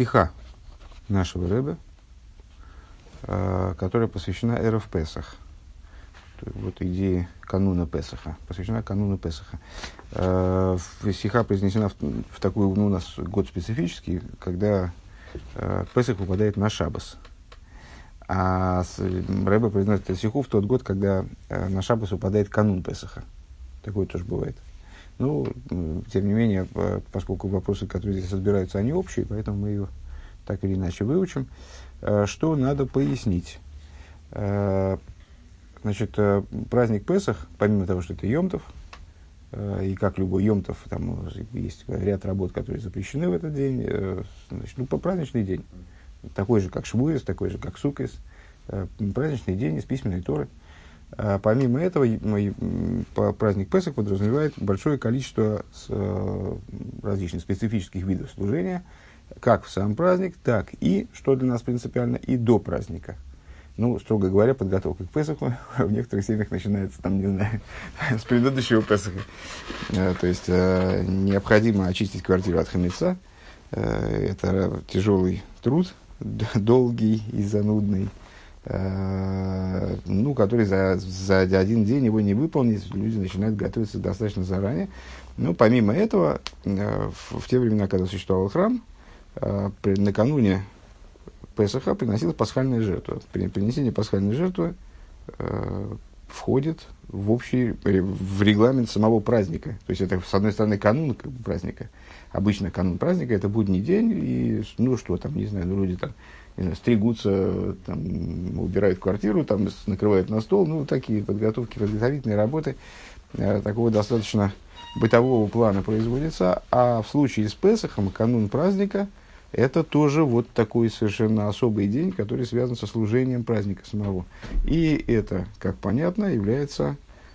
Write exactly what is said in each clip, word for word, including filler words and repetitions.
сиха нашего Ребе, которая посвящена Эрев Песах. Вот идея кануна Песаха, посвящена кануну Песаха. Сиха произнесена в, в такой, ну, у нас год специфический, когда Песах выпадает на Шаббос. А Ребе произносит эту сиху в тот год, когда на Шаббос выпадает канун Песаха. Такое тоже бывает. Ну, тем не менее, поскольку вопросы, которые здесь разбираются, они общие, поэтому мы ее так или иначе выучим. Что надо пояснить? Значит, праздник Песах, помимо того, что это Йом-Тов, и как любой Йом-Тов, там есть ряд работ, которые запрещены в этот день, значит, ну, по праздничный день, такой же, как Швуэс, такой же, как Суккос, праздничный день из письменной Торы. Помимо этого, праздник Песах подразумевает большое количество различных специфических видов служения, как в сам праздник, так и, что для нас принципиально, и до праздника. Ну, строго говоря, подготовка к Песаху в некоторых семьях начинается, там, не знаю, с предыдущего Песаха. То есть, необходимо очистить квартиру от хамеца. Это тяжелый труд, долгий и занудный, ну, который за, за один день его не выполнить, люди начинают готовиться достаточно заранее. Но помимо этого, в, в те времена, когда существовал храм, накануне Песаха приносилась пасхальная жертва. При принесении пасхальной жертвы э, входит в общий, в регламент самого праздника. То есть, это, с одной стороны, канун как бы, праздника. Обычно канун праздника – это будний день, и, ну, что там, не знаю, ну, люди там, не знаю, стригутся, там, убирают квартиру, там, накрывают на стол, ну, такие подготовки, подготовительные работы, э, такого достаточно бытового плана производятся. А в случае с Песахом, канун праздника – это тоже вот такой совершенно особый день, который связан со служением праздника самого. И это, как понятно, является,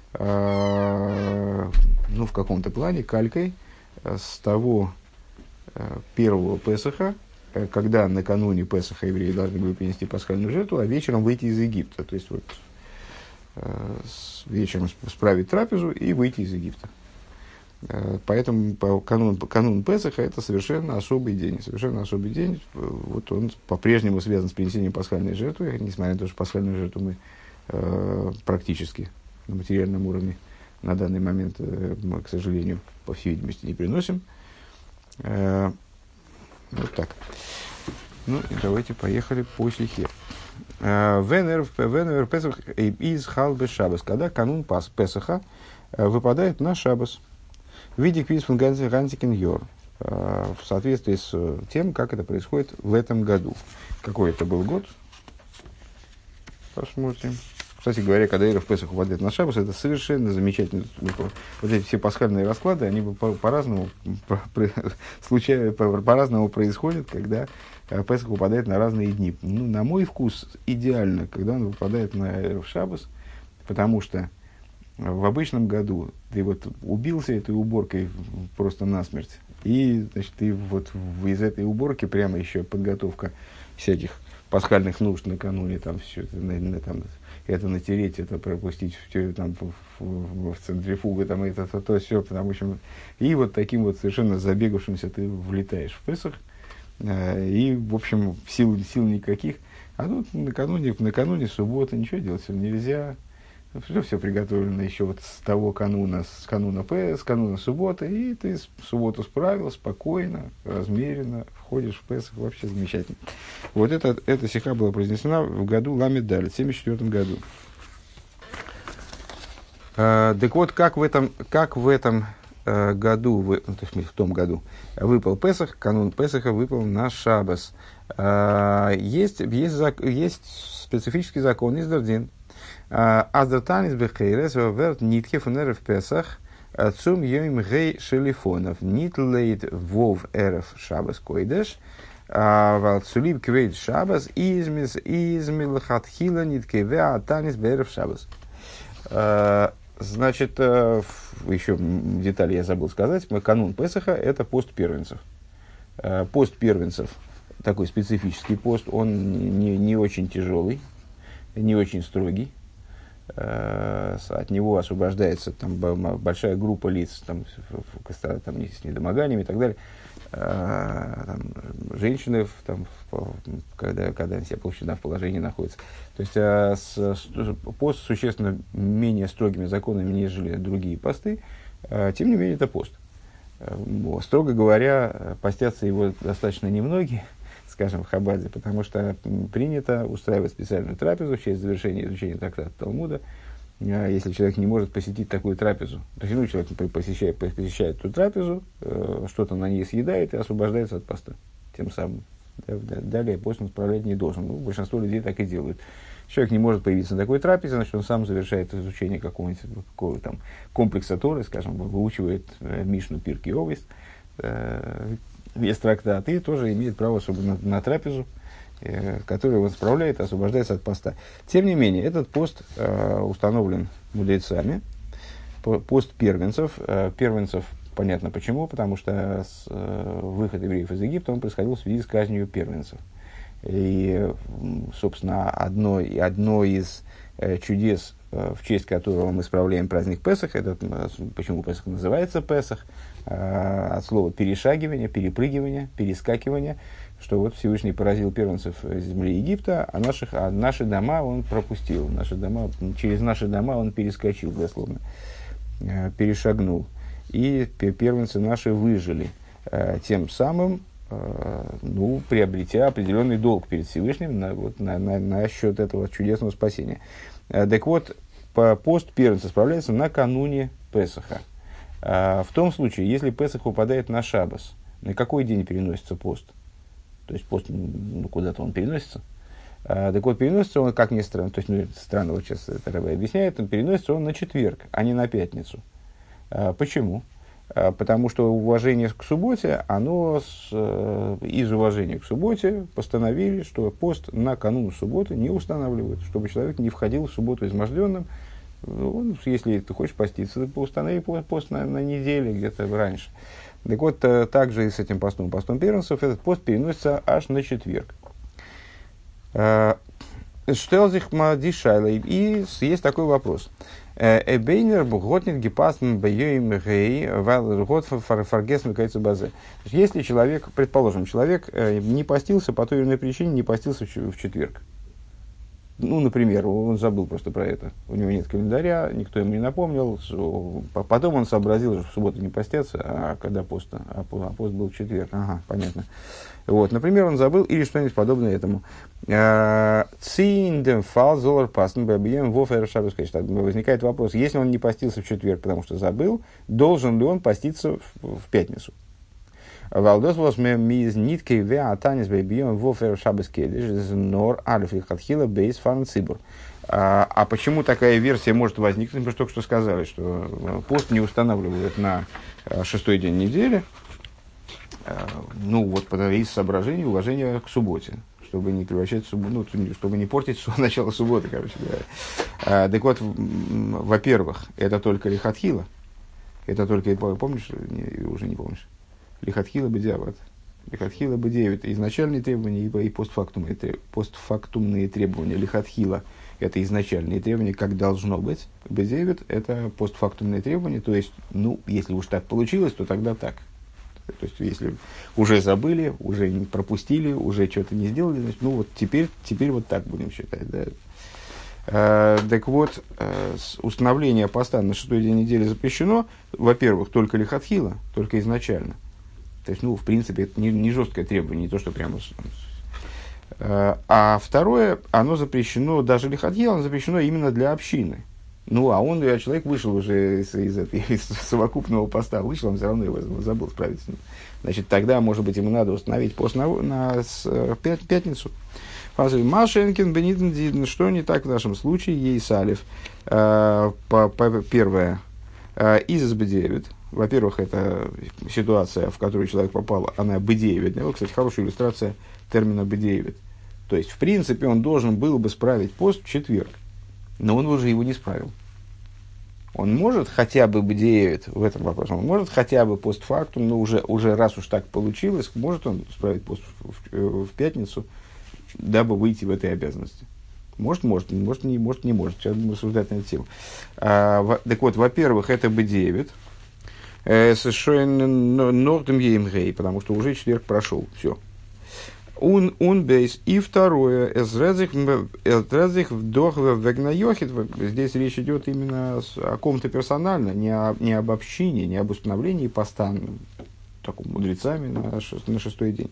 э, ну, в каком-то плане калькой с того э, первого Песаха, э, когда накануне Песаха евреи должны были принести пасхальную жертву, а вечером выйти из Египта. То есть, вот, э, с, вечером справить трапезу и выйти из Египта. Поэтому по канун, канун Песаха это совершенно особый день. Совершенно особый день. Вот он по-прежнему связан с принесением пасхальной жертвы, несмотря на то, что пасхальную жертву мы э, практически на материальном уровне на данный момент, э, мы, к сожалению, по всей видимости, не приносим. Э, вот так. Ну и давайте поехали по стихе. Венер Песах из Халбе Шабас. Когда канун Песаха выпадает на Шабас. В виде квиз фон Гантикен Йор, в соответствии с тем, как это происходит в этом году. Какой это был год? Посмотрим. Кстати говоря, когда Эрев Песах упадет на Шаббос, это совершенно замечательно. Вот эти все пасхальные расклады, они по- по-разному, по- случайно, по- по-разному происходят, когда Песах упадает на разные дни. Ну, на мой вкус, идеально, когда он выпадает на Эрев Шаббос, потому что в обычном году ты вот убился этой уборкой просто насмерть, и, значит, ты вот из этой уборки прямо еще подготовка всяких пасхальных нужд накануне, там все это, на, там, это натереть, это пропустить в, там, в, в, в центрифугу, там, это, то, то, все, потому что и вот таким вот совершенно забегавшимся ты влетаешь в Песах, э, и, в общем, сил, сил никаких, а тут накануне, накануне субботы ничего делать все нельзя. Все, все приготовлено еще вот с того кануна, с кануна П, с кануна субботы, и ты субботу справил спокойно, размеренно, входишь в Песах, вообще замечательно. Вот это, эта сиха была произнесена в году Ламед Далет, в семьдесят четвёртом году. А, так вот, как в этом, как в этом а, году, в, ну, то есть в том году, выпал Песах, канун Песаха выпал на Шаббос. А, есть, есть, есть специфический закон из Дардин. Аздатанис бехейрес верт нитке фун эрев Песах цум йоим гей шелифонов нит лейт вов эрев Шаббос койдеш валцулиб квейт Шаббос измис измил хатхила нитке веа танис беэрев Шаббос. Значит, еще деталь я забыл сказать. Канун Песаха – это пост первенцев. Пост первенцев такой специфический пост, он не, не очень тяжелый, не очень строгий. э, от него освобождается там, большая группа лиц там, там, с недомоганиями и так далее, э, там, женщины, там, когда, когда они себя получена в положении находятся. То есть э, с, с, пост существенно менее строгими законами, нежели другие посты, э, тем не менее это пост. Э, строго говоря, постятся его достаточно немногие, скажем, в Хабаде, потому что принято устраивать специальную трапезу в честь завершения изучения трактата Талмуда, если человек не может посетить такую трапезу. То есть, ну, человек посещает, посещает эту трапезу, э, что-то на ней съедает и освобождается от поста. Тем самым. Далее пост он справлять не должен. Ну, большинство людей так и делают. Человек не может появиться на такой трапезе, значит, он сам завершает изучение какого-нибудь какого там комплекса Торы, скажем, выучивает э, Мишну, Пирки, Овес, э, весь трактат, и тоже имеет право на, на трапезу, э, которую он справляет, освобождается от поста. Тем не менее, этот пост э, установлен мудрецами, пост первенцев. Э, первенцев понятно почему, потому что с, э, выход евреев из Египта он происходил в связи с казнью первенцев. И, собственно, одно, одно из э, чудес, э, в честь которого мы справляем праздник Песах, это, почему Песах называется Песах, от слова перешагивание, перепрыгивание, перескакивание, что вот Всевышний поразил первенцев земли Египта, а, наших, а наши дома он пропустил, наши дома, через наши дома он перескочил, дословно, перешагнул. И первенцы наши выжили, тем самым, ну, приобретя определенный долг перед Всевышним на, вот, на, на, на счет этого чудесного спасения. Так вот, пост первенца справляется накануне Песаха. В том случае, если Песах выпадает на Шаббос, на какой день переносится пост? То есть пост, ну, куда-то он переносится. А, так вот, переносится он, как ни странно, то есть, ну, странно, вот сейчас это Рабби объясняет, он переносится он на четверг, а не на пятницу. А, почему? А, потому что уважение к субботе, оно с, э, из уважения к субботе постановили, что пост на канун субботы не устанавливают, чтобы человек не входил в субботу изможденным. Он, если ты хочешь поститься, то установи пост на, на неделе где-то раньше. Так вот, также и с этим постом, постом первенцев, этот пост переносится аж на четверг. Штелзих мадишайлей. И есть такой вопрос. Эбейнер буготнит гепастн бейоим гей вал ргот фаргесн кайцу базе. Если человек, предположим, человек не постился по той или иной причине, не постился в четверг. Ну, например, он забыл просто про это. У него нет календаря, никто ему не напомнил. Потом он сообразил, что в субботу не постятся, а когда пост, а пост был в четверг. Ага, понятно. Вот, например, он забыл или что-нибудь подобное этому. Возникает вопрос, если он не постился в четверг, потому что забыл, должен ли он поститься в, в пятницу? Валдос was me mis nitke ve atanis бейбием вофер шабескедиш нор алиф лихатхила бейс фан цибур. А почему такая версия может возникнуть? Мы же только что сказали, что пост не устанавливают на шестой день недели. Ну вот, из соображений уважения к субботе, чтобы не превращать субботу, ну, чтобы не портить начало субботы, короче говоря. Так вот, во-первых, это только лихатхила. Это только, помнишь, не, уже не помнишь? Лихатхила бедиават. Лихатхила бедиават. Изначальные требования и постфактумные, постфактумные требования. Лихатхила – это изначальные требования, как должно быть. Бедиават – это постфактумные требования. То есть, ну, если уж так получилось, то тогда так. То есть, если уже забыли, уже не пропустили, уже что-то не сделали, значит, ну вот теперь, теперь вот так будем считать. Да? А, так вот, установление поста на шестой день недели запрещено, во-первых, только лихатхила, только изначально. То есть, ну, в принципе, это не, не жесткое требование, не то, что прямо... А второе, оно запрещено, даже лихатхила, оно запрещено именно для общины. Ну, а он, человек вышел уже из, из, из, из совокупного поста, вышел, он все равно его забыл справиться. Значит, тогда, может быть, ему надо установить пост на, на с, пят, пятницу. Машенкин, Бенитн, что не так в нашем случае, ей салев. Э, по, по, первое, э, из бедевит. Во-первых, это ситуация, в которую человек попал, она бедевит. Вот, кстати, хорошая иллюстрация термина бедевит. То есть, в принципе, он должен был бы справить пост в четверг. Но он уже его не справил. Он может хотя бы бдеет в этом вопросе, он может хотя бы постфактум, но уже, уже раз уж так получилось, может он справить пост в, в, в пятницу, дабы выйти в этой обязанности. Может, может, может, не, может, не может. Сейчас будем рассуждать на эту тему. А, в, так вот, во-первых, это бэ девять. Совершенно нордом еймгей, потому что уже четверг прошел. Все. Он, он бейс. И второе. Эзрезих вдох вегнайохит. Здесь речь идет именно о ком-то персонально, не, о, не об общине, не об установлении поста таком, мудрецами на, шест, на шестой день.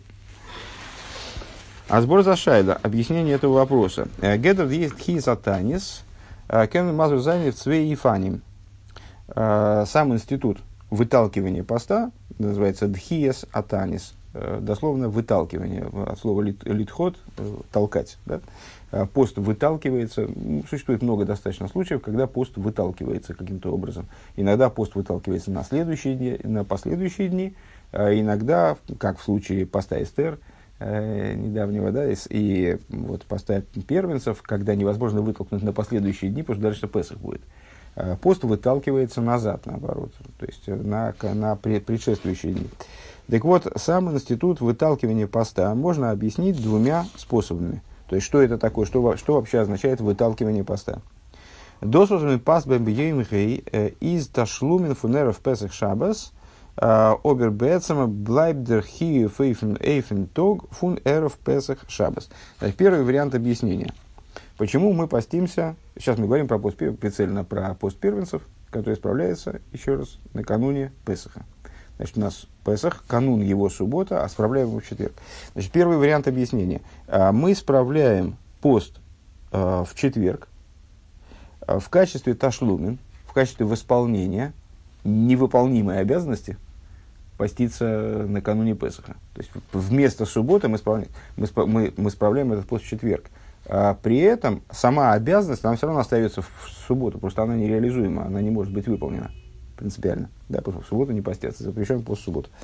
А сбор за шайда. Объяснение этого вопроса. Гедов есть хи сатанис. Кен мазу занят цвей и фаним. Сам институт выталкивания поста называется дхиес атанис. Дословно выталкивание, от слова лит, литхот, толкать. Да? Пост выталкивается, существует много достаточно случаев, когда пост выталкивается каким-то образом. Иногда пост выталкивается на следующие дни, на последующие дни, а иногда, как в случае поста Эстер, э, недавнего, да, и, и вот поста первенцев, когда невозможно вытолкнуть на последующие дни, потому что дальше Песах будет. Пост выталкивается назад, наоборот, то есть на, на предшествующие дни. Так вот, сам институт выталкивания поста можно объяснить двумя способами. То есть, что это такое, что, что вообще означает выталкивание поста. Досусами паст бэмбиеймхей из ташлумен фунеров песах шабас обербецама блайбдер хию фейфен эйфен тог фун эров песах шабас. Первый вариант объяснения. Почему мы постимся, сейчас мы говорим про пост, прицельно про пост первенцев, который справляется, еще раз, накануне Песаха. Значит, у нас Песах, канун его суббота, а справляем его в четверг. Значит, первый вариант объяснения. Мы справляем пост в четверг в качестве ташлумин, в качестве восполнения невыполнимой обязанности поститься накануне Песаха. То есть, вместо субботы мы справляем, мы, мы, мы справляем этот пост в четверг. А при этом сама обязанность, она все равно остается в субботу, просто она нереализуема, она не может быть выполнена принципиально. Да, потому что в субботу не постятся, запрещен пост в субботу.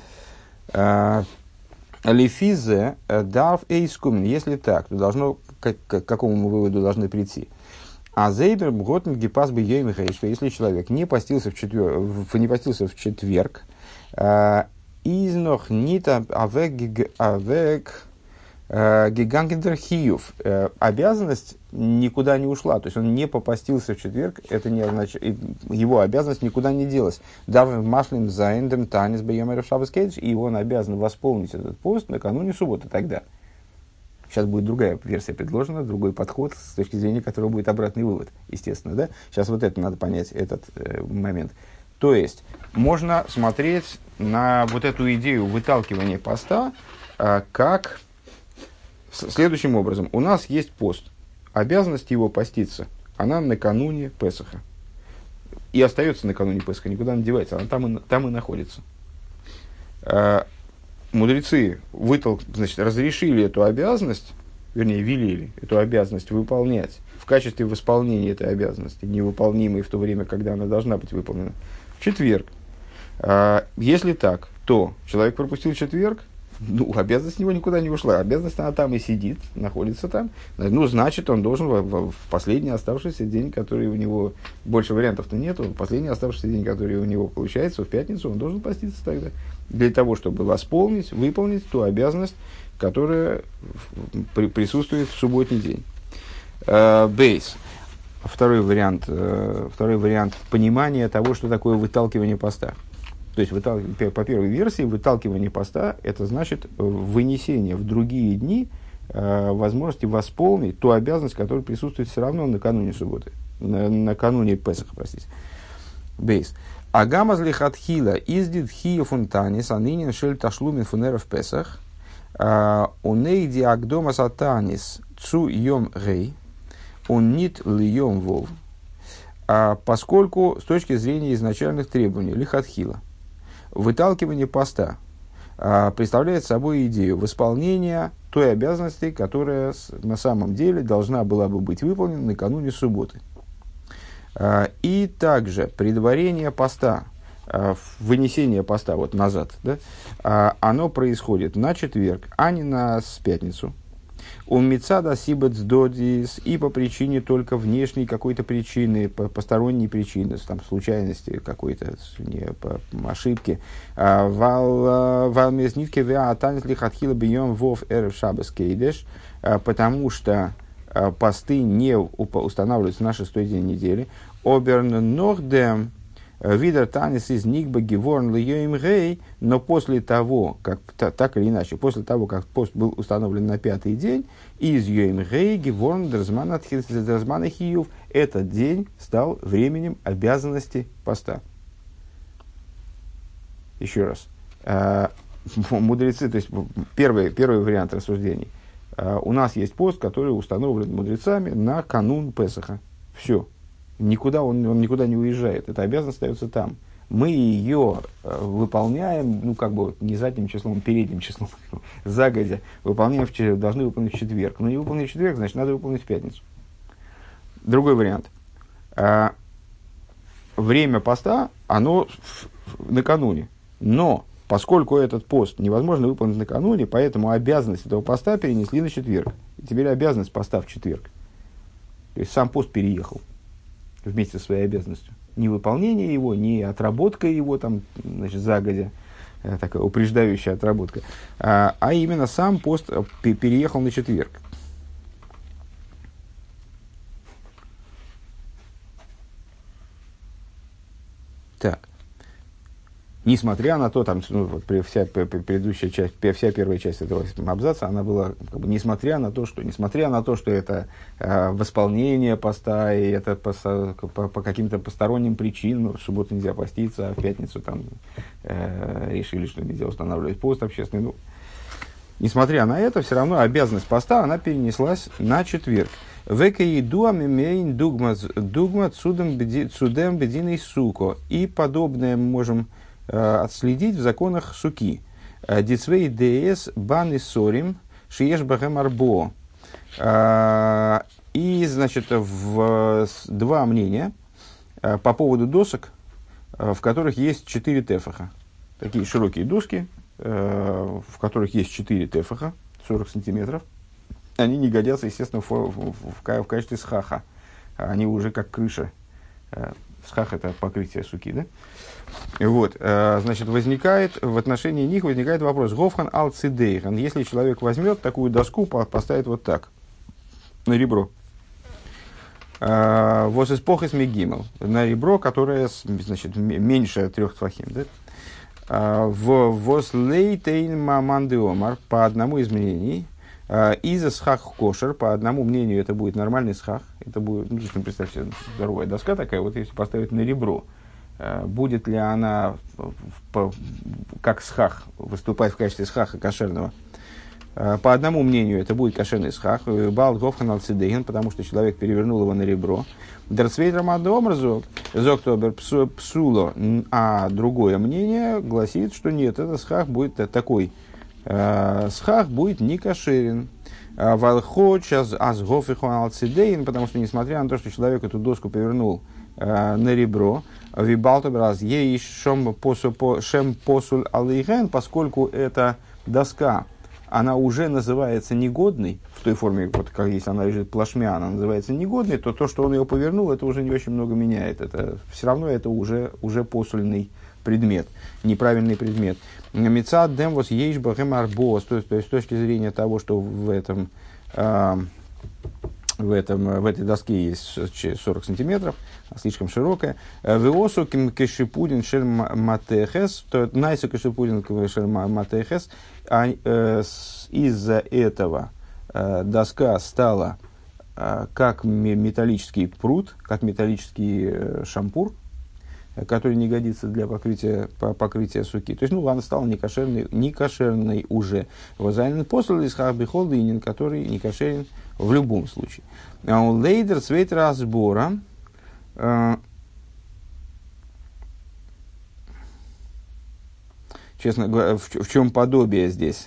Лифизе дарф эйскумен. Если так, то должно, к, к какому мы выводу должны прийти? А зейбер бготн гипас бы еймихай, что если человек не постился в четверг, не постился в четверг, изнох нита авек авек гигангендер хиюв, обязанность никуда не ушла, то есть он не попастился в четверг, это не означает, его обязанность никуда не делась. Даже машлим заэндем танис бейомеров шаббас кейдж, и он обязан восполнить этот пост накануне субботы тогда. Сейчас будет другая версия предложена, другой подход, с точки зрения которого будет обратный вывод, естественно, да? Сейчас вот это надо понять, этот э, момент. То есть, можно смотреть на вот эту идею выталкивания поста э, как следующим образом. У нас есть пост. Обязанность его поститься, она накануне Песаха. И остается накануне Песаха, никуда не девается, она там и, там и находится. Э, мудрецы вытол... значит, разрешили эту обязанность, вернее, велели эту обязанность выполнять в качестве восполнения этой обязанности, невыполнимой в то время, когда она должна быть выполнена, в четверг. А, если так, то человек пропустил четверг, ну, обязанность с него никуда не ушла. Обязанность, она там и сидит, находится там. Ну, значит, он должен в, в, в последний оставшийся день, который у него... Больше вариантов-то нету. В последний оставшийся день, который у него получается, в пятницу, он должен поститься тогда. Для того, чтобы восполнить, выполнить ту обязанность, которая при, присутствует в субботний день. Бейс. Uh, второй вариант, uh, второй вариант понимания того, что такое выталкивание поста. То есть, вытал... по первой версии, выталкивание поста – это значит вынесение в другие дни э, возможности восполнить ту обязанность, которая присутствует все равно накануне субботы, на, накануне Песаха, простите. Бейс. Агамаз лихатхила издит хия фунтанис анинин шель ташлумин фунеров Песах унейди агдома сатанис цу йом гей уннит льем вов. Поскольку с точки зрения изначальных требований лихатхила выталкивание поста а, представляет собой идею восполнения той обязанности, которая с, на самом деле должна была бы быть выполнена накануне субботы. А, и также предварение поста, а, вынесение поста вот назад, да, а, оно происходит на четверг, а не на пятницу. У мицада сибец додис, и по причине только внешней какой-то причины, по посторонней причины, там, случайности какой-то, не, по ошибки. Вал местнитке веа танец лихатхила бьем вов эрев шабас кейдеш, потому что посты не устанавливаются на шестой день недели. Оберн нохдем видер танис из никба геворн льёим гей, но после того, как, так или иначе, после того, как пост был установлен на пятый день, из йоим гей геворн дразмана хиюв, этот день стал временем обязанности поста. Еще раз. Мудрецы, то есть первый, первый вариант рассуждений. У нас есть пост, который установлен мудрецами на канун Песаха. Все. Никуда он, он никуда не уезжает. Эта обязанность остается там. Мы ее выполняем, ну, как бы, не задним числом, а передним числом, загодя. Выполняем в, должны выполнить в четверг. Но не выполнить в четверг, значит, надо выполнить в пятницу. Другой вариант. А, время поста, оно накануне. Но, поскольку этот пост невозможно выполнить накануне, поэтому обязанность этого поста перенесли на четверг. И теперь обязанность поста в четверг. То есть, сам пост переехал вместе со своей обязанностью. Не выполнение его, не отработка его, там, значит, загодя, э, такая упреждающая отработка, а, а именно сам пост переехал на четверг. Так. Несмотря на то, там, ну, вот, вся предыдущая часть, вся первая часть этого абзаца, она была, как бы, несмотря на то, что, несмотря на то, что это э, восполнение поста, и это по, по, по каким-то посторонним причинам, в субботу нельзя поститься, а в пятницу там э, решили, что нельзя устанавливать пост общественный. Ну, несмотря на это, все равно обязанность поста, она перенеслась на четверг. Векаидуамимейн дугмат судем бединой суко. И подобное мы можем отследить в законах суки. Дицвей дс бан и сорим шиеш бахем арбо. И, значит, в два мнения по поводу досок, в которых есть четыре тефаха. Такие широкие доски, в которых есть четыре тефаха, сорок сантиметров. Они не годятся, естественно, в, в, в, в качестве схаха. Они уже как крыша. Схах — это покрытие суки, да? Вот, значит, возникает, в отношении них возникает вопрос. Гофхан ал-цидейхан. Если человек возьмет такую доску, поставит вот так, на ребро. Вос из похес мегимел. На ребро, которое, значит, меньше трех тфахим, да? Вос лейтейн маманды омар. По одному из мнений. Из схах кошер, по одному мнению, это будет нормальный схах. Это будет, ну, представьте, здоровая доска такая, вот если поставить на ребро, будет ли она как схах выступать в качестве схаха кошерного? По одному мнению, это будет кошерный схах. Бал говхан алцидейген, потому что человек перевернул его на ребро. Дерцвейт рамадомр зог, зоктобер псуло. А другое мнение гласит, что нет, это схах будет такой. Схах будет не кошерен. Валхоч азгофихон алцидейн, потому что, несмотря на то, что человек эту доску повернул на ребро, вибалтобраз ей шем посуль алейген, поскольку эта доска, она уже называется негодной, в той форме, вот, как если она лежит плашмя, она называется негодной, то то, что он ее повернул, это уже не очень много меняет. Это, все равно это уже, уже посульный предмет, неправильный предмет. Мецад демвос ейшбахем арбос, то есть с точки зрения того, что в этом, э, в, этом, в этой доске есть сорок сантиметров, слишком широкая. Веосу кешипудин шель матехес, то найсу кешипудин шель матехес, из-за этого э, доска стала э, как металлический пруд, как металлический э, шампур, который не годится для покрытия, по, покрытия суки. То есть, ну, она стала некошерной, некошерной уже. Возайнен послал из хабихолдинин, который некошерен в любом случае. А он лейдер цвет разбора. Э, честно говоря, в, в чем подобие здесь?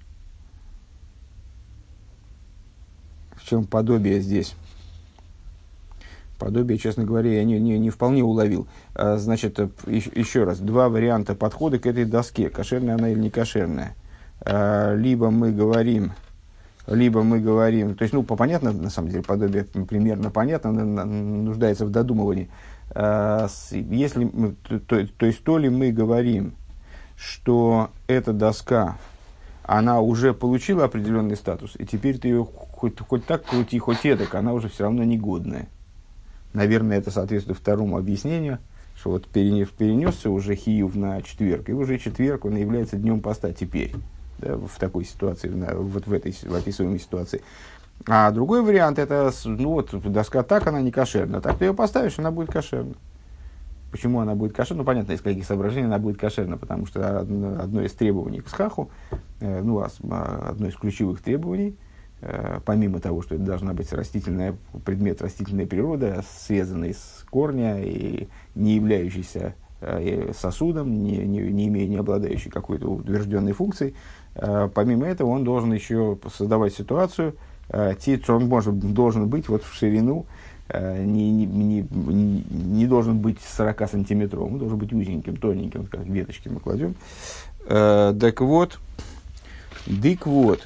В чем подобие здесь? Подобие, честно говоря, я не, не, не вполне уловил. А, значит, еще, еще раз, два варианта подхода к этой доске. Кошерная она или не кошерная. А, либо мы говорим, либо мы говорим, то есть, ну, понятно, на самом деле, подобие примерно понятно, нуждается в додумывании. А, если мы, то, то, то есть, то ли мы говорим, что эта доска она уже получила определенный статус, и теперь ты ее хоть, хоть так крути, хоть эдак, она уже все равно негодная. Наверное, это соответствует второму объяснению, что вот перенес, перенесся уже хиюв на четверг, и уже четверг, он является днем поста теперь, да, в такой ситуации, на, вот в этой в описываемой ситуации. А другой вариант, это, ну вот, доска так, она не кошерна, так ты ее поставишь, она будет кошерна. Почему она будет кошерна? Ну, понятно, из каких соображений она будет кошерна, потому что одно из требований к схаху, э, ну, одно из ключевых требований, э, помимо того, что это должна быть растительная, предмет растительной природы, срезанный с корня и не являющийся э, сосудом, не, не, не имея, не обладающий какой-то утвержденной функцией, э, помимо этого он должен еще создавать ситуацию, э, те, что он может, должен быть вот в ширину, Не, не, не, не должен быть сорокасантиметровым, он должен быть узеньким, тоненьким, как веточки мы кладем. Э, так вот, дик вот,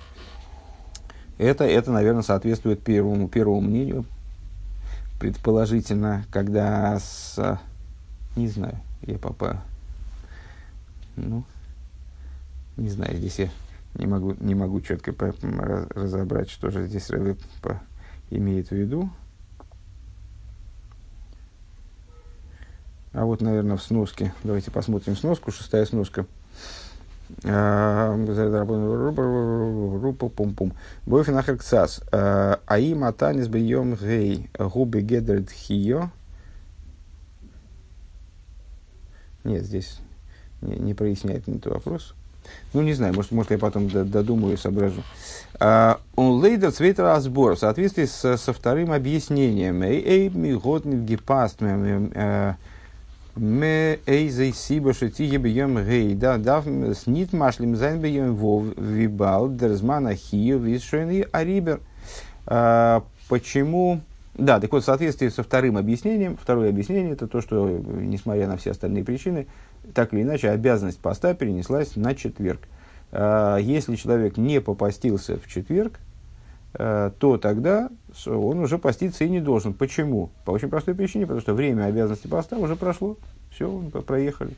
это, это, наверное, соответствует первому, первому мнению, предположительно, когда с, не знаю, я папа, ну, не знаю, здесь я не могу, не могу четко по, разобрать, что же здесь Ребе имеет в виду. А вот, наверное, в сноске. Давайте посмотрим сноску. Шестая сноска. Рупал-пум-пум. Бойфинахарксас. Аим атанис бьем гей губи гедред хио. Нет, здесь не, не проясняет этот вопрос. Ну, не знаю, может, может я потом додумаю и соображу. Он лейдер цвета разбор в соответствии с, со вторым объяснением. Эй, ми годный гипаст, мы эйзей сиба шати ебьем гей, да, да, снит машлим зайн бьем вов вибал дерзмана хию висшойный арибер. Почему? Да, так вот, в соответствии со вторым объяснением, второе объяснение это то, что, несмотря на все остальные причины, так или иначе, обязанность поста перенеслась на четверг. Если человек не попастился в четверг, то тогда он уже поститься и не должен. Почему? По очень простой причине, потому что время обязанности поста уже прошло. Все, проехали.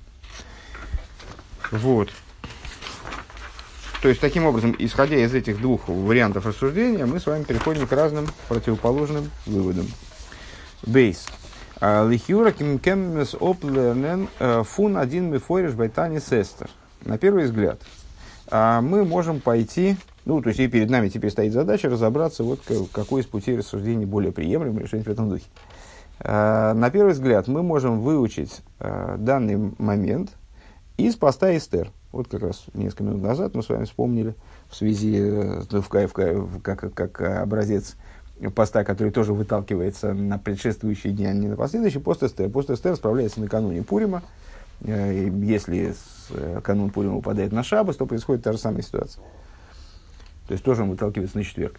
Вот. То есть, таким образом, исходя из этих двух вариантов рассуждения, мы с вами переходим к разным противоположным выводам. Бейс. Лихюра кемкемес оплернен фун один мефойриш байтани сестер. На первый взгляд, мы можем пойти, ну, то есть и перед нами теперь стоит задача разобраться, вот какой из путей рассуждений более приемлемый, или что-нибудь в этом духе. На первый взгляд мы можем выучить данный момент из поста Эстер. Вот как раз несколько минут назад мы с вами вспомнили в связи в, в, как, как образец поста, который тоже выталкивается на предшествующие дни, а не на последующий, пост Эстер. Пост Эстер справляется накануне Пурима. Если канун Пурима упадает на шаббос, то происходит та же самая ситуация. То есть тоже он выталкивается на четверг.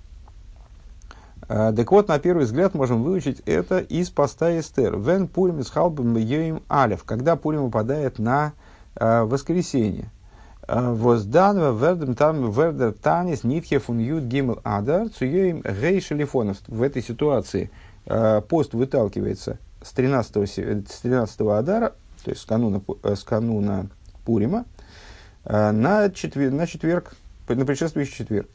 Так вот, на первый взгляд можем выучить это из поста Эстер. Вен Пурим из халбом йоим алев, когда Пурим упадает на э, воскресенье. Возданва вердем там вердер танис нитхе фун ют гимл адар цуйоим гей шелефонов. В этой ситуации э, пост выталкивается с тринадцатого, с тринадцатого адара, то есть с кануна, с кануна Пурима, э, на, четвер, на четверг, на предшествующий четверг.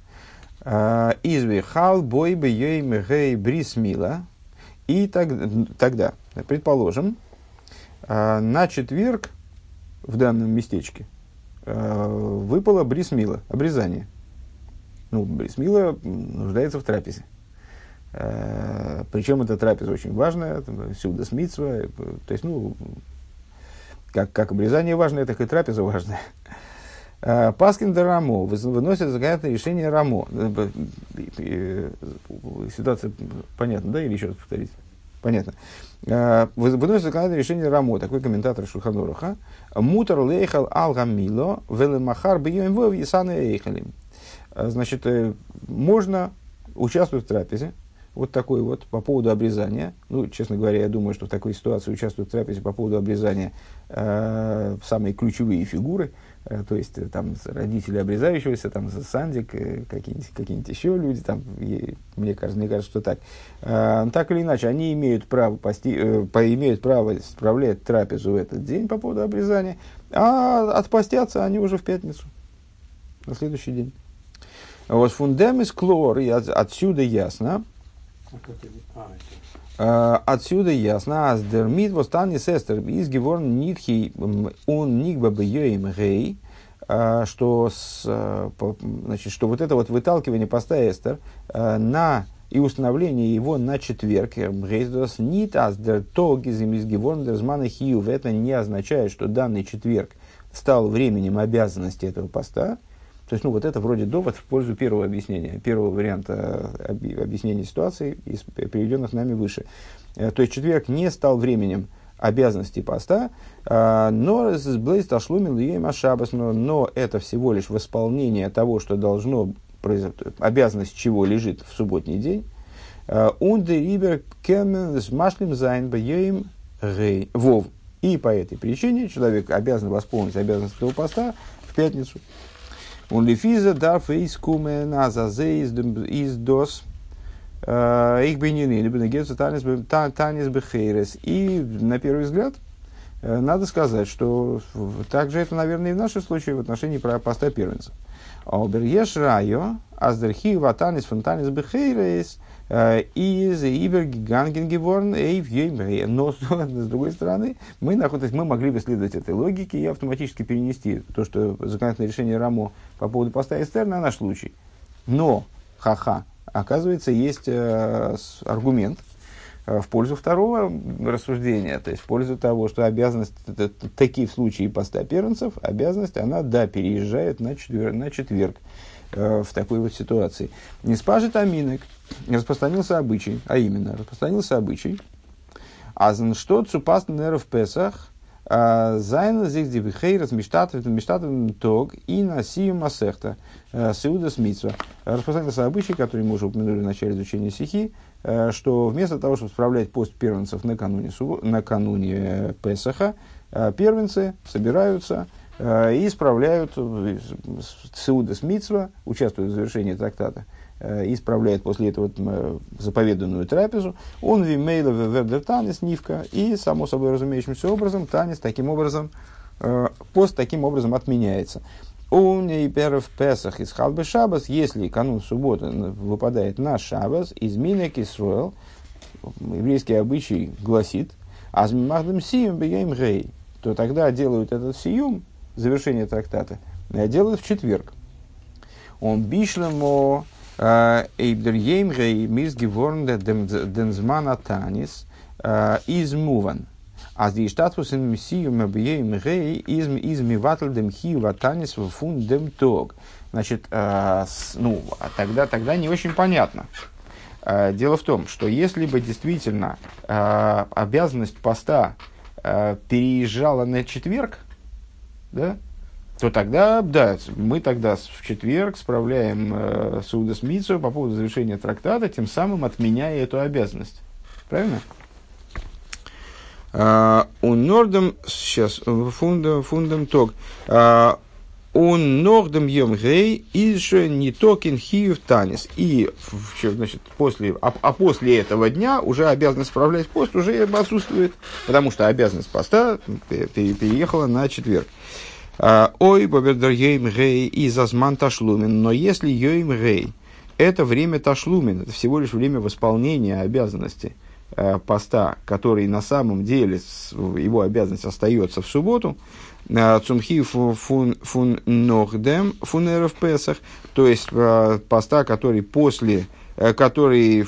Извихал бой бы ей мегей брисмила. И так, тогда, предположим, на четверг в данном местечке выпало брисмила, обрезание. Ну, брисмила нуждается в трапезе. Причем эта трапеза очень важная, сюда смитсва, то есть, ну, как, как обрезание важное, так и трапеза важная. Паскин да Рамо выносит законодательное решение Рамо. Ситуация понятна, да? Или еще раз повторить? Понятно. Выносит законодательное решение Рамо, такой комментатор Шулхан Аруха. Мутар лейхал ал-гамило велемахар бьем вов ясаны эйхалим. Значит, можно участвовать в трапезе. Вот такой вот по поводу обрезания. Ну, честно говоря, я думаю, что в такой ситуации участвуют в трапезе по поводу обрезания э, самые ключевые фигуры. Э, то есть, э, там, родители обрезающегося, там, сандик, э, какие-нибудь, какие-нибудь еще люди, там, е, мне, кажется, мне кажется, что так. Э, так или иначе, они имеют право, пости, э, по, имеют право справлять трапезу в этот день по поводу обрезания, а отпостятся они уже в пятницу. на следующий день. Вот фундамент клор, и от, отсюда ясно, Uh, отсюда ясно, аз дер мит восстани сестер из геворн нитхи он никба бьёим гей, что значит, что вот это вот выталкивание поста эстер uh, на и установление его на четверг, гейздос нит аз дер тог из геворн дер змана хиюв, это не означает, что данный четверг стал временем обязанности этого поста. То есть, ну, вот это вроде довод в пользу первого объяснения, первого варианта объяснения ситуации, из приведенных нами выше. То есть, четверг не стал временем обязанности поста, но но это всего лишь восполнение того, что должно произойти, обязанность чего лежит в субботний день. И по этой причине человек обязан восполнить обязанность этого поста в пятницу. Он лифиза дарф из кумен азазе из дос их бенины либо нагется танис бехейрес. И на первый взгляд надо сказать, что также это, наверное, и в нашем случае в отношении поста первенца. Обереш райо аздерхи ватанис фонтанис бехейрес из ибергиганген геворн эйв еймрей. Но с другой стороны, мы находимся, мы могли бы следовать этой логике и автоматически перенести то, что законодательное решение Рамо по поводу поста Эстер на наш случай. Но, ха-ха, оказывается, есть э, аргумент э, в пользу второго рассуждения, то есть в пользу того, что обязанность, это, такие в случае поста первенцев, обязанность, она, да, переезжает на четверг, на четверг э, в такой вот ситуации. Не спажет аминок, распространился обычай, а именно, распространился обычай, а что цупаст нерв в Песах, зайн зих дивихейрас миштатовен тог и насию масехта сеуда смитсва. Распространился обычай, который мы уже упомянули в начале изучения сихи, что вместо того, чтобы справлять пост первенцев накануне, накануне Песаха, первенцы собираются и справляют сеуда смитсва, участвуют в завершении трактата, и справляет после этого заповеданную трапезу, он вимейла вердер танис нивка, и, само собой разумеющимся образом, танис таким образом, пост таким образом отменяется. Он и перв Песах из халбы шабас, если канун субботы выпадает на шабас, из минек Исруэл, еврейский обычай гласит, азмимахдем сиюм бегаим гей, то тогда делают этот сиюм, завершение трактата, делают в четверг. Он бишлемо Эйбдер Йемгей мис геворн дензмана танис из муван. А здесь статус in миссиум Йемгей из миватл дем хива танис фун дем тог. Значит, ну, тогда, тогда не очень понятно. Дело в том, что если бы действительно обязанность поста переезжала на четверг, да, то тогда, да, мы тогда в четверг справляем э, сеуда смитсу по поводу завершения трактата, тем самым отменяя эту обязанность. Правильно? У Нордом, сейчас, фундам, фундам ток. У Нордом Йомгей еще не токен хиев танис. И, значит, после, а, а после этого дня уже обязанность справлять пост уже отсутствует, потому что обязанность поста переехала на четверг. Ой, бобердер йоим гей и зазман ташлумен. Но если йоим гей это время ташлумен, это всего лишь время восполнения обязанности э, поста, который на самом деле с, его обязанность остается в субботу, цумхи фун фун нордем фунеров Песах, то есть э, поста, который после, э, который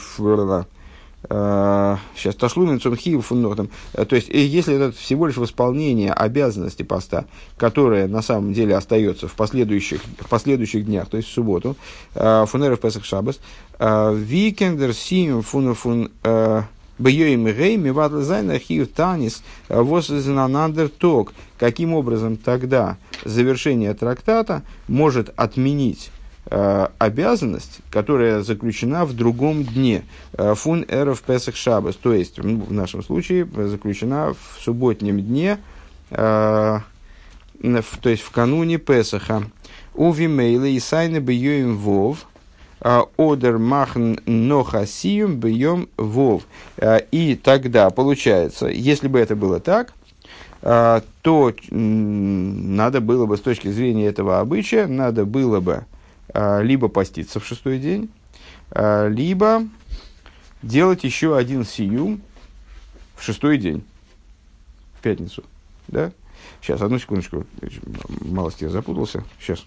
сейчас ташлумен цумхи фуннортом, то есть если это всего лишь восполнение обязанности поста, которая на самом деле остается в последующих, в последующих днях, то есть в субботу, фунеров Песах Шаббас, викендер сим фун фун бьёим гей миватл зайн архив танис восзнанандер ток. Каким образом тогда завершение трактата может отменить обязанность, которая заключена в другом дне, фун эров Песах Шаббас, то есть в нашем случае заключена в субботнем дне, то есть в кануне Песаха. У вимейла и сайны бьем вов, одер махн нохасиюм бьем вов. И тогда получается, если бы это было так, то надо было бы с точки зрения этого обычая, надо было бы либо поститься в шестой день, либо делать еще один сиюм в шестой день, в пятницу. Да? Сейчас, одну секундочку, малость я запутался. Сейчас.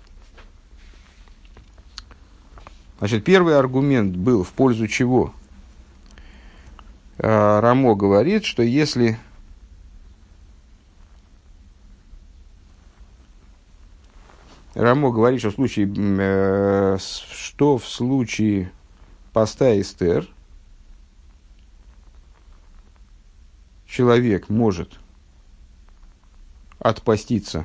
Значит, первый аргумент был в пользу чего? Рамо говорит, что если Рамо говорит, что в случае, э, что в случае поста Эстер человек может отпоститься.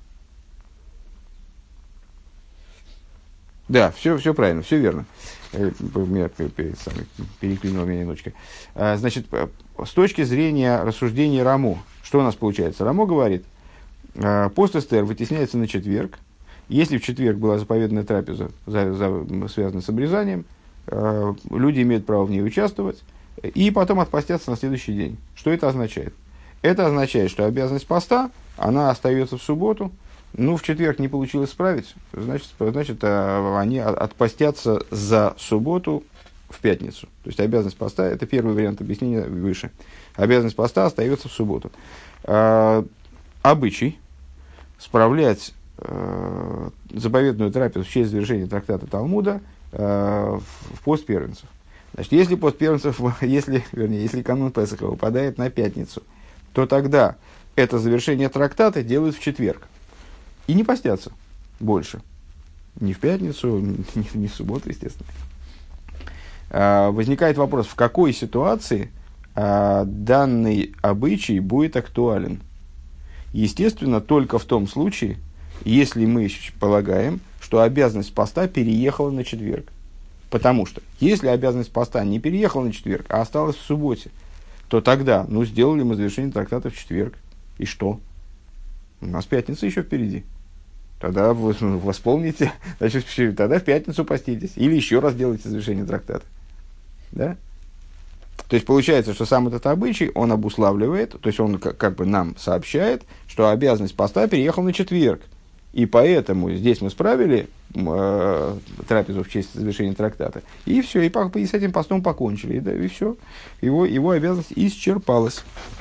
Да, все, все правильно, все верно. Меня переклинила меня немножечко. Значит, с точки зрения рассуждения Рамо, что у нас получается? Рамо говорит, пост Эстер вытесняется на четверг. Если в четверг была заповедная трапеза, за, за, связанная с обрезанием, э, люди имеют право в ней участвовать, и потом отпостятся на следующий день. Что это означает? Это означает, что обязанность поста, она остается в субботу. Ну, в четверг не получилось справить, значит, значит э, они отпостятся за субботу в пятницу. То есть обязанность поста, это первый вариант объяснения выше. Обязанность поста остается в субботу. Э, обычай справлять заповедную трапезу в честь завершения трактата Талмуда э, в, в пост первенцев. Значит, если пост первенцев, если, вернее, если канун Песаха выпадает на пятницу, то тогда это завершение трактата делают в четверг. И не постятся больше. Ни в пятницу, ни, ни в субботу, естественно. Э, возникает вопрос, в какой ситуации э, данный обычай будет актуален? Естественно, только в том случае, если мы полагаем, что обязанность поста переехала на четверг. Потому что, если обязанность поста не переехала на четверг, а осталась в субботе, то тогда, ну, сделали мы завершение трактата в четверг. И что? У нас пятница еще впереди. Тогда вы восполните, значит, тогда в пятницу поститесь. Или еще раз делайте завершение трактата. Да? То есть, получается, что сам этот обычай, он обуславливает, то есть, он как, как бы нам сообщает, что обязанность поста переехала на четверг. И поэтому здесь мы справили э, трапезу в честь завершения трактата. И все, и, по, и с этим постом покончили. И, да, и все. Его, его обязанность исчерпалась.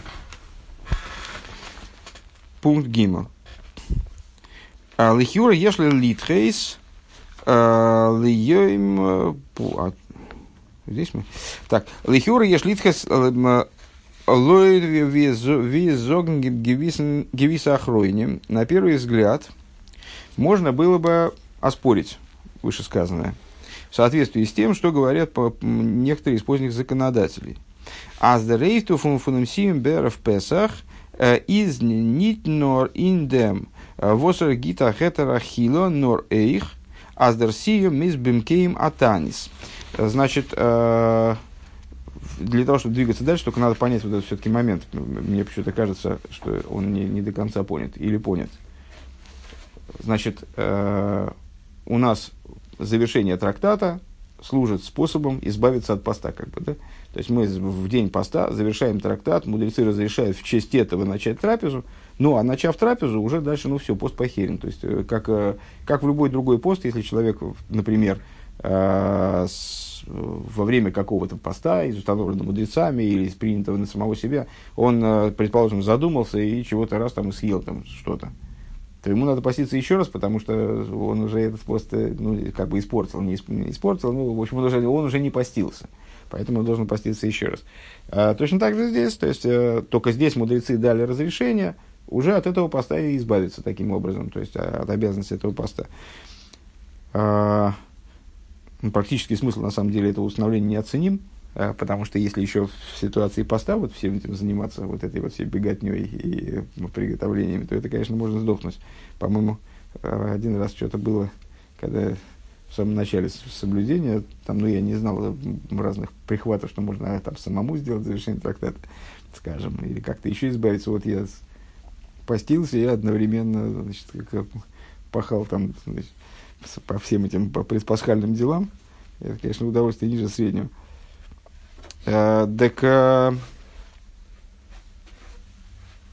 Пункт Гимл. Лихюра ешли литхейс льёим... Здесь мы... Так. Лихюра ешли литхейс лойд визогн гевиса охройни. На первый взгляд можно было бы оспорить вышесказанное в соответствии с тем, что говорят по некоторые из поздних законодателей. As the reiftu from funimsium ber of Pesach is nicht nur in dem wasser gita hetera hilo nor eich as der sium is bimkeim atanis. Значит, для того, чтобы двигаться дальше, только надо понять вот этот все-таки момент. Мне почему-то кажется, что он не, не до конца понят или понят. Значит, э, у нас завершение трактата служит способом избавиться от поста. Как бы, да? То есть мы в день поста завершаем трактат, мудрецы разрешают в честь этого начать трапезу, ну а начав трапезу, уже дальше, ну все, пост похерен. То есть, как, как в любой другой пост, если человек, например, э, с, во время какого-то поста, из установленного мудрецами или из принятого на самого себя, он, предположим, задумался и чего-то раз там и съел там что-то, то ему надо поститься еще раз, потому что он уже этот пост, ну, как бы испортил, не испортил, ну, в общем, он уже, он уже не постился. Поэтому он должен поститься еще раз. А, точно так же здесь, то есть, а, только здесь мудрецы дали разрешение уже от этого поста и избавиться таким образом, то есть, а, от обязанности этого поста. А, ну, практический смысл, на самом деле, этого установления неоценим, а, потому что если еще в ситуации поста вот всем этим заниматься, вот этой вот всей беготней и, и приготовлениями, то это, конечно, можно сдохнуть. По-моему, один раз что-то было, когда в самом начале соблюдения, там, ну, я не знал разных прихватов, что можно там самому сделать завершение трактата, скажем, или как-то еще избавиться. Вот я постился, и одновременно, значит, как пахал там, значит, по всем этим по предпасхальным делам. Это, конечно, удовольствие ниже среднего. А, так, а,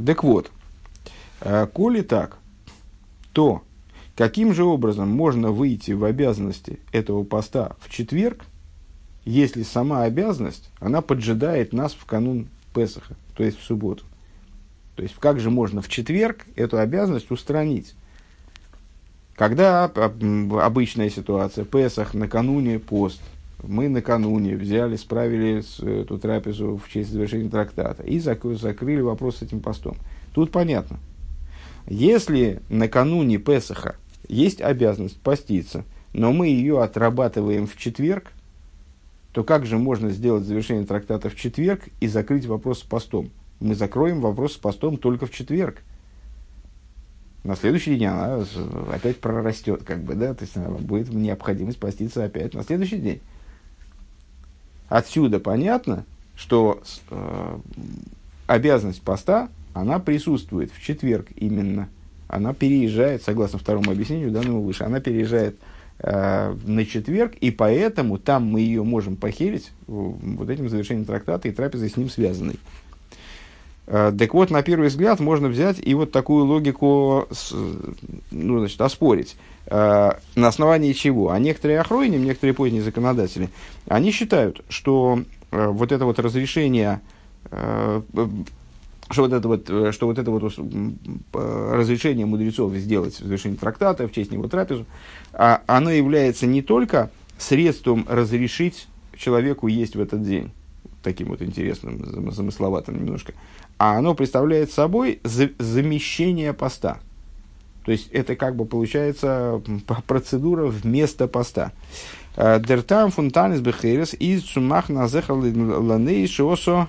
Так вот, коли так, то каким же образом можно выйти в обязанности этого поста в четверг, если сама обязанность, она поджидает нас в канун Песаха, то есть в субботу? То есть, как же можно в четверг эту обязанность устранить? Когда обычная ситуация, Песах, накануне пост, мы накануне взяли, справили эту трапезу в честь завершения трактата и закрыли вопрос с этим постом. Тут понятно. Если накануне Песаха есть обязанность поститься, но мы ее отрабатываем в четверг, то как же можно сделать завершение трактата в четверг и закрыть вопрос с постом? Мы закроем вопрос с постом только в четверг. На следующий день она опять прорастет, как бы, да, то есть будет необходимость поститься опять на следующий день. Отсюда понятно, что э, обязанность поста, она присутствует в четверг именно. Она переезжает, согласно второму объяснению, данному выше, она переезжает э, на четверг, и поэтому там мы ее можем похерить вот этим завершением трактата и трапезой с ним связанной. Э, так вот, на первый взгляд можно взять и вот такую логику, с, ну, значит, оспорить. Э, на основании чего? А некоторые охройним, некоторые поздние законодатели, они считают, что э, вот это вот разрешение... Э, Что вот, это вот, что вот это вот разрешение мудрецов сделать в завершении трактата, в честь него трапезу, а оно является не только средством разрешить человеку есть в этот день, таким вот интересным, замысловатым немножко, а оно представляет собой замещение поста. То есть это как бы получается процедура вместо поста. Дертам фунтанис бехерес из цумах назехал ланей шиосо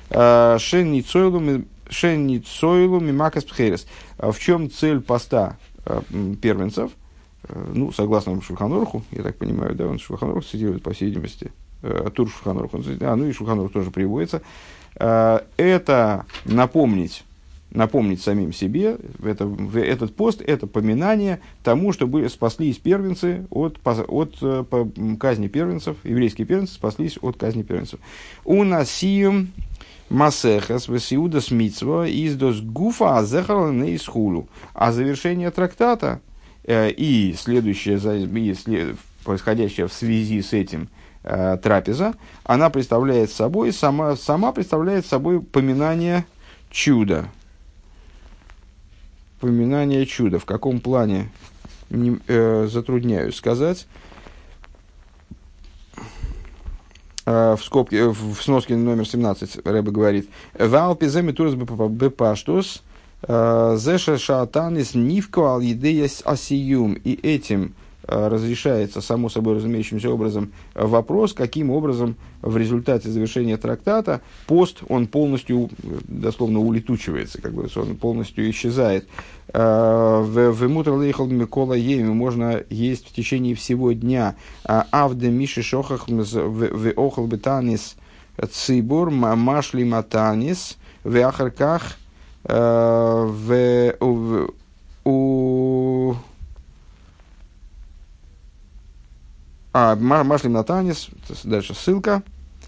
шенницойлу мимакас пхерес. В чем цель поста первенцев? Ну, согласно Шульхан Оруху, я так понимаю, да, он Шульхан Орух цитирует, по всей видимости, Тур Шульхан Орух, а, ну и Шульхан Орух тоже приводится. Это напомнить, напомнить самим себе, это, этот пост, это поминание тому, что были, спаслись первенцы от, от, от казни первенцев, еврейские первенцы спаслись от казни первенцев. У насиюм Масехас весиудас мицва издос гуфа азехала неисхулу. А завершение трактата э, и следующее, и след, происходящее в связи с этим э, трапеза, она представляет собой, сама, сама представляет собой поминание чуда. Поминание чуда. В каком плане, не, э, затрудняюсь сказать. В скобке, в сноске номер семнадцать Рэбе говорит: «Валпи земи турс бепаштус зеша шаатанис нивко ал едеяс асиюм». И этим разрешается, само собой разумеющимся образом, вопрос, каким образом в результате завершения трактата пост, он полностью, дословно, улетучивается, как бы, он полностью исчезает. В мутр лейхал микола еми можно есть в течение всего дня. Авде миши шохах в охал бетанис цибур машли матанис в ахарках в у А, Машлим Натанис, дальше ссылка.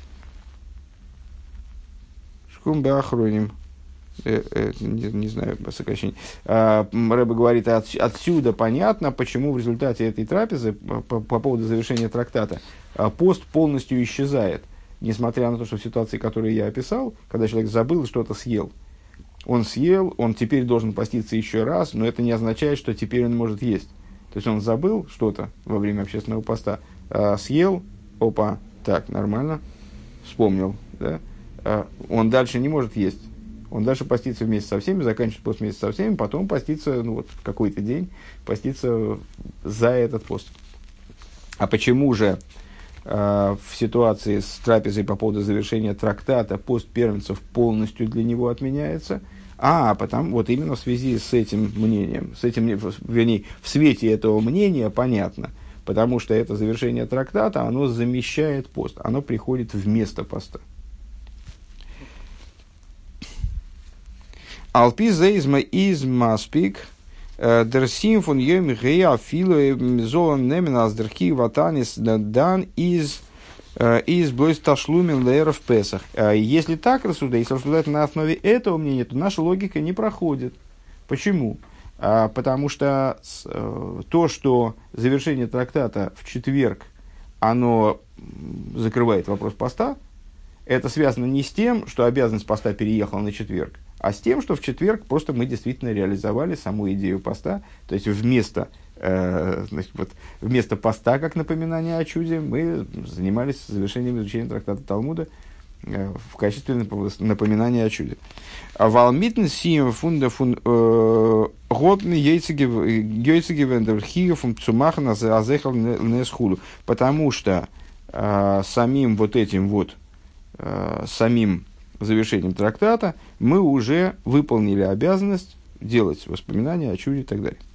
Шкумбе Ахроним. Э, э, не, не знаю, сокращение. А, Рэбе говорит, от, отсюда понятно, почему в результате этой трапезы, по, по поводу завершения трактата, пост полностью исчезает. Несмотря на то, что в ситуации, которую я описал, когда человек забыл, что-то съел. Он съел, он теперь должен поститься еще раз, но это не означает, что теперь он может есть. То есть он забыл что-то во время общественного поста, э, съел, опа, так, нормально, вспомнил, да? э, он дальше не может есть. Он дальше постится вместе со всеми, заканчивает пост вместе со всеми, потом постится, ну вот, в какой-то день, постится за этот пост. А почему же э, в ситуации с трапезой по поводу завершения трактата пост первенцев полностью для него отменяется? А, потому вот именно в связи с этим мнением, с этим, вернее, в свете этого мнения понятно, потому что это завершение трактата, оно замещает пост, оно приходит вместо поста. Алпи зейзма из маспик дерсим фон йом гея фило золан немен аздерки ватанис дан из из блойс ташлумин лейров Песах. Если так рассуждать, если рассуждать на основе этого мнения, то наша логика не проходит. Почему? Потому что то, что завершение трактата в четверг, оно закрывает вопрос поста, это связано не с тем, что обязанность поста переехала на четверг, а с тем, что в четверг просто мы действительно реализовали саму идею поста. То есть вместо, э, значит, вот, вместо поста, как напоминание о чуде, мы занимались завершением изучения трактата Талмуда э, в качестве напоминания о чуде. Валмитн сием фунда фун готн йойцегевендер хигофум цумахна азехал несхулу. Потому что э, самим вот этим вот э, самим завершением трактата мы уже выполнили обязанность делать воспоминания о чуде и так далее.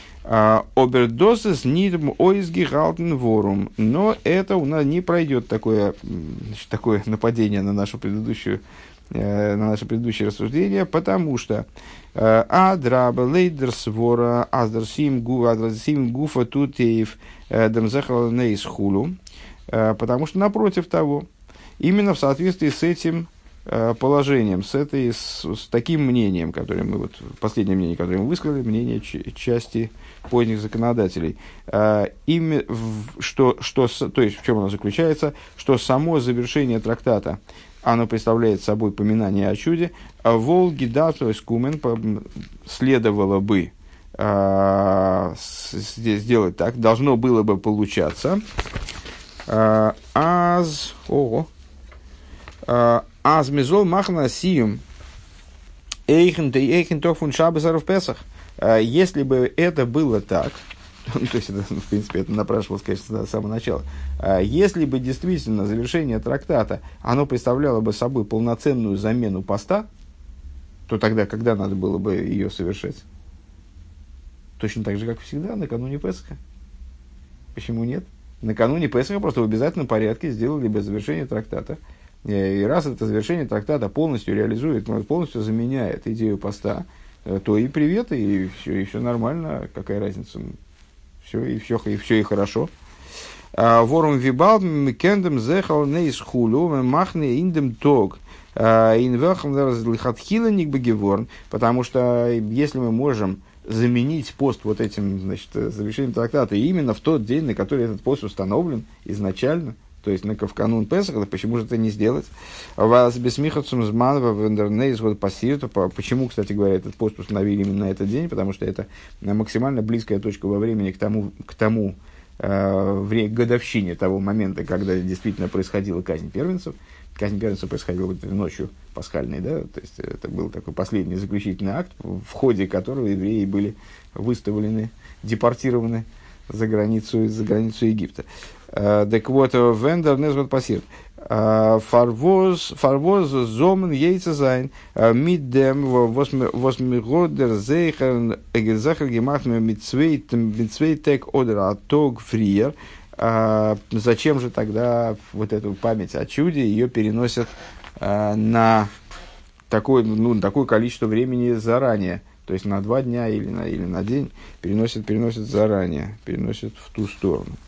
Обердозес нидм ойзги галтен ворум. Но это у нас не пройдет такое, значит, такое нападение на нашу предыдущую на наше предыдущее рассуждение, потому что адраба лейдерс вора аздерсим гу аздерсим гуфа тутеев демзехал нейс хулу, потому что напротив того, именно в соответствии с этим положением, с, этой, с, с таким мнением, которое мы, вот, последнее мнение, которое мы высказали, мнение ч- части поздних законодателей, э, ими, в, что, что, то есть в чем оно заключается, что само завершение трактата, оно представляет собой поминание о чуде, а Волги дату скумен следовало бы э, здесь сделать так, должно было бы получаться э, аз, ого, э, Аз мизол махна сиюм эйхен те эйхен тох фун шабасаров Песах. Если бы это было так, то есть, это, в принципе, это напрашивалось, конечно, с самого начала. Если бы действительно завершение трактата, оно представляло бы собой полноценную замену поста, то тогда, когда надо было бы ее совершать? Точно так же, как всегда, накануне Песаха. Почему нет? Накануне Песаха просто в обязательном порядке сделали бы завершение трактата. И раз это завершение трактата полностью реализует, полностью заменяет идею поста, то и привет, и все, и все нормально, какая разница, все, и все, и все, и хорошо. Ворум вибал микендем зехал нейс хулу махне индем тог инвелхам лихатхиланик бегеворн, потому что если мы можем заменить пост вот этим, значит, завершением трактата именно в тот день, на который этот пост установлен изначально, то есть в канун Песаха, почему же это не сделать? Вас бессмихатцем зманва вендернейс вот пассирту. Почему, кстати говоря, этот пост установили именно на этот день? Потому что это максимально близкая точка во времени к тому, к тому э, в годовщине того момента, когда действительно происходила казнь первенцев. Казнь первенцев происходила ночью пасхальной, да? То есть это был такой последний заключительный акт, в ходе которого евреи были выставлены, депортированы за границу, за границу Египта. Так вот, вендер незгод пассирт. Фарвоз, фарвоз зомен яйца зайн, миддем восьмигодер зейхерн эгезахер гемахт митцвейтек одер атог фриер. Зачем же тогда вот эту память о чуде ее переносят на такое, ну, такое количество времени заранее? То есть на два дня или на, или на день переносят, переносят заранее, переносят в ту сторону.